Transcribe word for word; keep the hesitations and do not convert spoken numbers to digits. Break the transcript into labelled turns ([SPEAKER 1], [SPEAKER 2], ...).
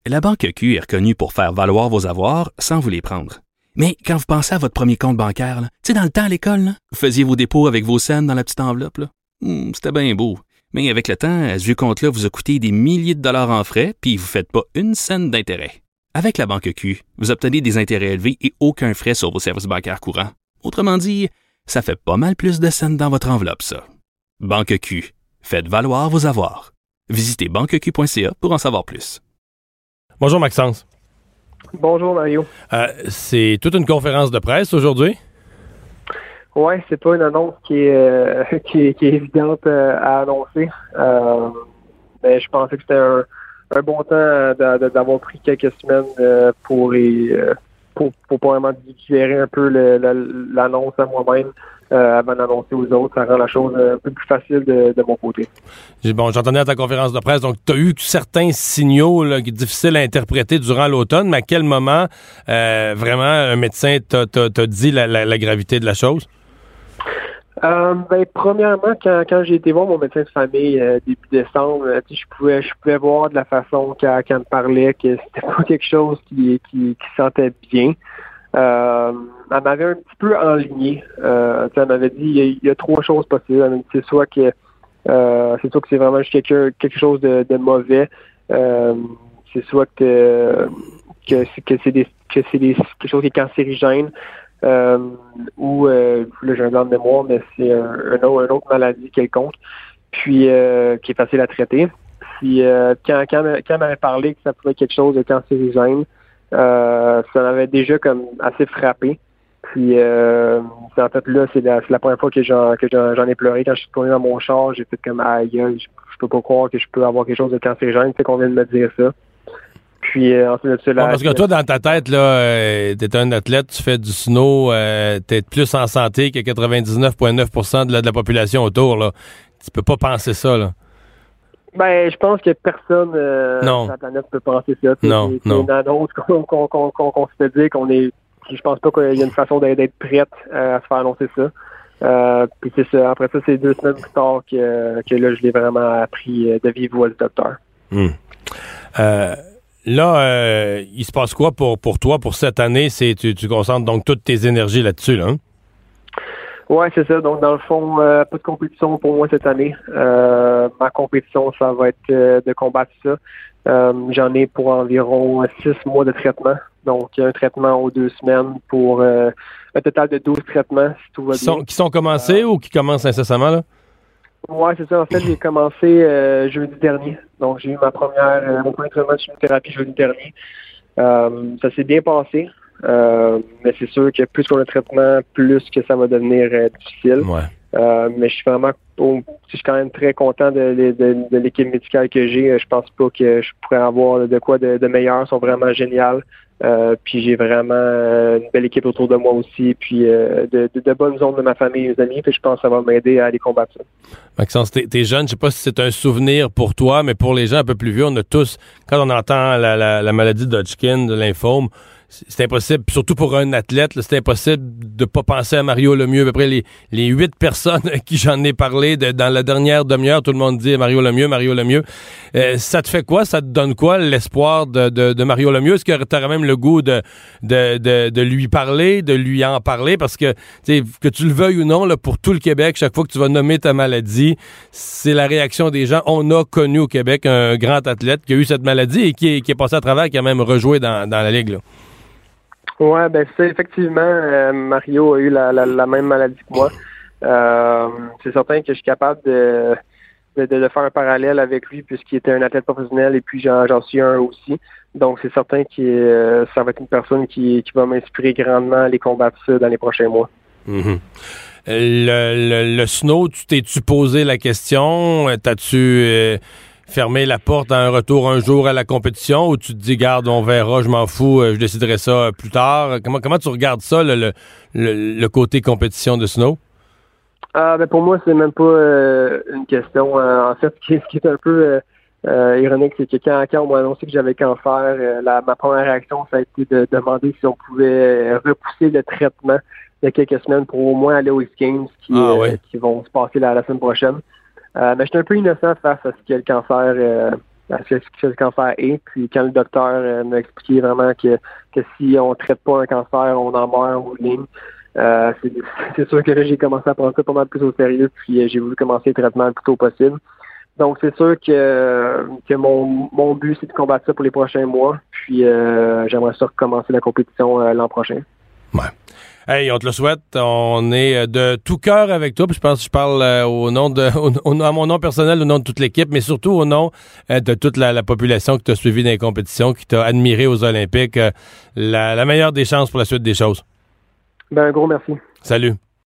[SPEAKER 1] La Banque Q est reconnue pour faire valoir vos avoirs sans vous les prendre. Mais quand vous pensez à votre premier compte bancaire, tu sais, dans le temps à l'école, là, vous faisiez vos dépôts avec vos scènes dans la petite enveloppe. Là. Hum, c'était bien beau. Mais avec le temps, à ce vieux compte-là vous a coûté des milliers de dollars en frais, puis vous ne faites pas une scène d'intérêt. Avec la Banque Q, vous obtenez des intérêts élevés et aucun frais sur vos services bancaires courants. Autrement dit, ça fait pas mal plus de scènes dans votre enveloppe, ça. Banque Q. Faites valoir vos avoirs. Visitez banque q point c a pour en savoir plus.
[SPEAKER 2] Bonjour Maxence.
[SPEAKER 3] Bonjour Mario.
[SPEAKER 2] Euh, c'est toute une conférence de presse aujourd'hui?
[SPEAKER 3] Oui, c'est pas une annonce qui est, euh, qui est, qui est évidente euh, à annoncer. Euh, mais je pensais que c'était un, un bon temps de, de, d'avoir pris quelques semaines euh, pour, euh, pour, pour, pour vraiment digérer un peu le, le, l'annonce à moi-même. Euh, avant d'annoncer aux autres, ça rend la chose un peu plus facile de, de mon côté.
[SPEAKER 2] Bon, j'entendais à ta conférence de presse, donc tu as eu certains signaux là, difficiles à interpréter durant l'automne, mais à quel moment euh, vraiment un médecin t'a, t'a, t'a dit la, la, la gravité de la chose?
[SPEAKER 3] Euh, ben, premièrement, quand, quand j'ai été voir mon médecin de famille euh, début décembre, euh, je pouvais je pouvais voir de la façon qu'elle, qu'elle me parlait que c'était pas quelque chose qui, qui, qui sentait bien. Euh, elle m'avait un petit peu enligné. Euh, elle m'avait dit il y, a, il y a trois choses possibles. Elle m'a dit c'est soit que euh, c'est soit que c'est vraiment juste quelque, quelque chose de, de mauvais. Euh, c'est soit que que, que c'est des que c'est des quelque chose qui est cancérigène. Euh, ou euh, là j'ai un blanc de mémoire, mais c'est un, un, autre, une autre maladie quelconque. Puis euh, qui est facile à traiter. Puis euh, quand, quand, quand elle m'avait parlé que ça pouvait être quelque chose de cancérigène, Euh, ça m'avait déjà comme assez frappé. Puis euh, en fait là, c'est la, c'est la première fois que j'en que j'en, j'en ai pleuré. Quand je suis tourné dans mon char, j'ai fait comme aïe, je, je peux pas croire que je peux avoir quelque chose de cancérigène, tu sais qu'on vient de me dire ça. Puis euh, ensuite de cela.
[SPEAKER 2] Bon, parce que toi, dans ta tête, là, euh, t'es un athlète, tu fais du snow, euh, t'es plus en santé que quatre-vingt-dix-neuf virgule neuf pour cent de la, de la population autour, là. Tu peux pas penser ça, là.
[SPEAKER 3] Ben, je pense que personne euh,
[SPEAKER 2] non.
[SPEAKER 3] sur la planète peut penser ça.
[SPEAKER 2] Non,
[SPEAKER 3] c'est, c'est
[SPEAKER 2] non.
[SPEAKER 3] une annonce qu'on, qu'on, qu'on, qu'on, qu'on se fait dire qu'on est. Je pense pas qu'il y a une façon d'être, d'être prête euh, à se faire annoncer ça. Euh, puis c'est ça. Après ça, c'est deux semaines plus tard que, que là, je l'ai vraiment appris de vive voix du docteur.
[SPEAKER 2] Hum. Euh, là, euh, il se passe quoi pour, pour toi pour cette année? C'est tu, tu concentres donc toutes tes énergies là-dessus, là? Hein?
[SPEAKER 3] Ouais, c'est ça. Donc, dans le fond, euh, pas de compétition pour moi cette année. Euh, ma compétition, ça va être euh, de combattre ça. Euh, j'en ai pour environ six mois de traitement. Donc, un traitement aux deux semaines pour euh, un total de douze traitements, si tout va
[SPEAKER 2] qui
[SPEAKER 3] bien.
[SPEAKER 2] Sont, qui sont commencés euh, ou qui commencent incessamment, là?
[SPEAKER 3] Ouais, c'est ça. En fait, j'ai commencé euh, jeudi dernier. Donc, j'ai eu ma première, euh, mon premier traitement de chimiothérapie jeudi dernier. Euh, ça s'est bien passé. Euh, mais c'est sûr que plus qu'on a de traitement, plus que ça va devenir euh, difficile.
[SPEAKER 2] Ouais.
[SPEAKER 3] Euh, mais je suis vraiment, oh, je suis quand même très content de, de, de, de l'équipe médicale que j'ai. Je pense pas que je pourrais avoir de quoi de, de meilleur. Ils sont vraiment géniales. Euh, puis j'ai vraiment euh, une belle équipe autour de moi aussi. Puis euh, de, de, de bonnes zones de ma famille et mes amis. Puis je pense que ça va m'aider à aller combattre ça.
[SPEAKER 2] Maxence, t'es, t'es jeune. Je sais pas si c'est un souvenir pour toi, mais pour les gens un peu plus vieux, on a tous, quand on entend la, la, la maladie de Hodgkin, de lymphome, c'est impossible, surtout pour un athlète, là, c'est impossible de pas penser à Mario Lemieux. À peu près les, les huit personnes à qui j'en ai parlé de, dans la dernière demi-heure, tout le monde dit Mario Lemieux, Mario Lemieux. Euh, ça te fait quoi? Ça te donne quoi, l'espoir de, de, de Mario Lemieux? Est-ce que tu aurais même le goût de, de, de, de lui parler, de lui en parler? Parce que, que tu le veuilles ou non, là, pour tout le Québec, chaque fois que tu vas nommer ta maladie, c'est la réaction des gens. On a connu au Québec un grand athlète qui a eu cette maladie et qui est, qui est passé à travers, qui a même rejoué dans, dans la Ligue, là.
[SPEAKER 3] Ouais, ben c'est effectivement, euh, Mario a eu la, la, la même maladie que moi. Euh, c'est certain que je suis capable de, de, de faire un parallèle avec lui puisqu'il était un athlète professionnel et puis j'en, j'en suis un aussi. Donc c'est certain que euh, ça va être une personne qui, qui va m'inspirer grandement à aller combattre ça dans les prochains mois.
[SPEAKER 2] Mm-hmm. Le, le, le snow, tu t'es-tu posé la question? T'as-tu euh, fermé la porte à un retour un jour à la compétition ou tu te dis, garde, on verra, je m'en fous, je déciderai ça plus tard? Comment, comment tu regardes ça, le, le, le, le côté compétition de snow?
[SPEAKER 3] Ah, ben pour moi, c'est même pas euh, une question. Euh, en fait, ce qui, ce qui est un peu euh, euh, ironique, c'est que quand, quand on m'a annoncé que j'avais cancer, euh, la, ma première réaction, ça a été de demander si on pouvait repousser le traitement de quelques semaines pour au moins aller aux X-Games qui,
[SPEAKER 2] ah, oui.
[SPEAKER 3] euh, qui vont se passer la, la semaine prochaine. Euh, mais j'étais un peu innocent face à ce que le cancer euh, ce que le cancer est. Puis quand le docteur euh, m'a expliqué vraiment que, que si on ne traite pas un cancer, on en meurt en bout de ligne, euh, c'est, c'est sûr que là, j'ai commencé à prendre ça pas mal plus au sérieux, puis euh, j'ai voulu commencer le traitement le plus tôt possible. Donc, c'est sûr que, que mon, mon but, c'est de combattre ça pour les prochains mois. Puis, euh, j'aimerais ça recommencer la compétition euh, l'an prochain.
[SPEAKER 2] Ouais. Hey, on te le souhaite. On est de tout cœur avec toi. Puis je pense que je parle euh, au nom de, au, au, à mon nom personnel, au nom de toute l'équipe, mais surtout au nom euh, de toute la, la population qui t'a suivi dans les compétitions, qui t'a admiré aux Olympiques. Euh, la, la meilleure des chances pour la suite des choses.
[SPEAKER 3] Ben, un gros merci.
[SPEAKER 2] Salut.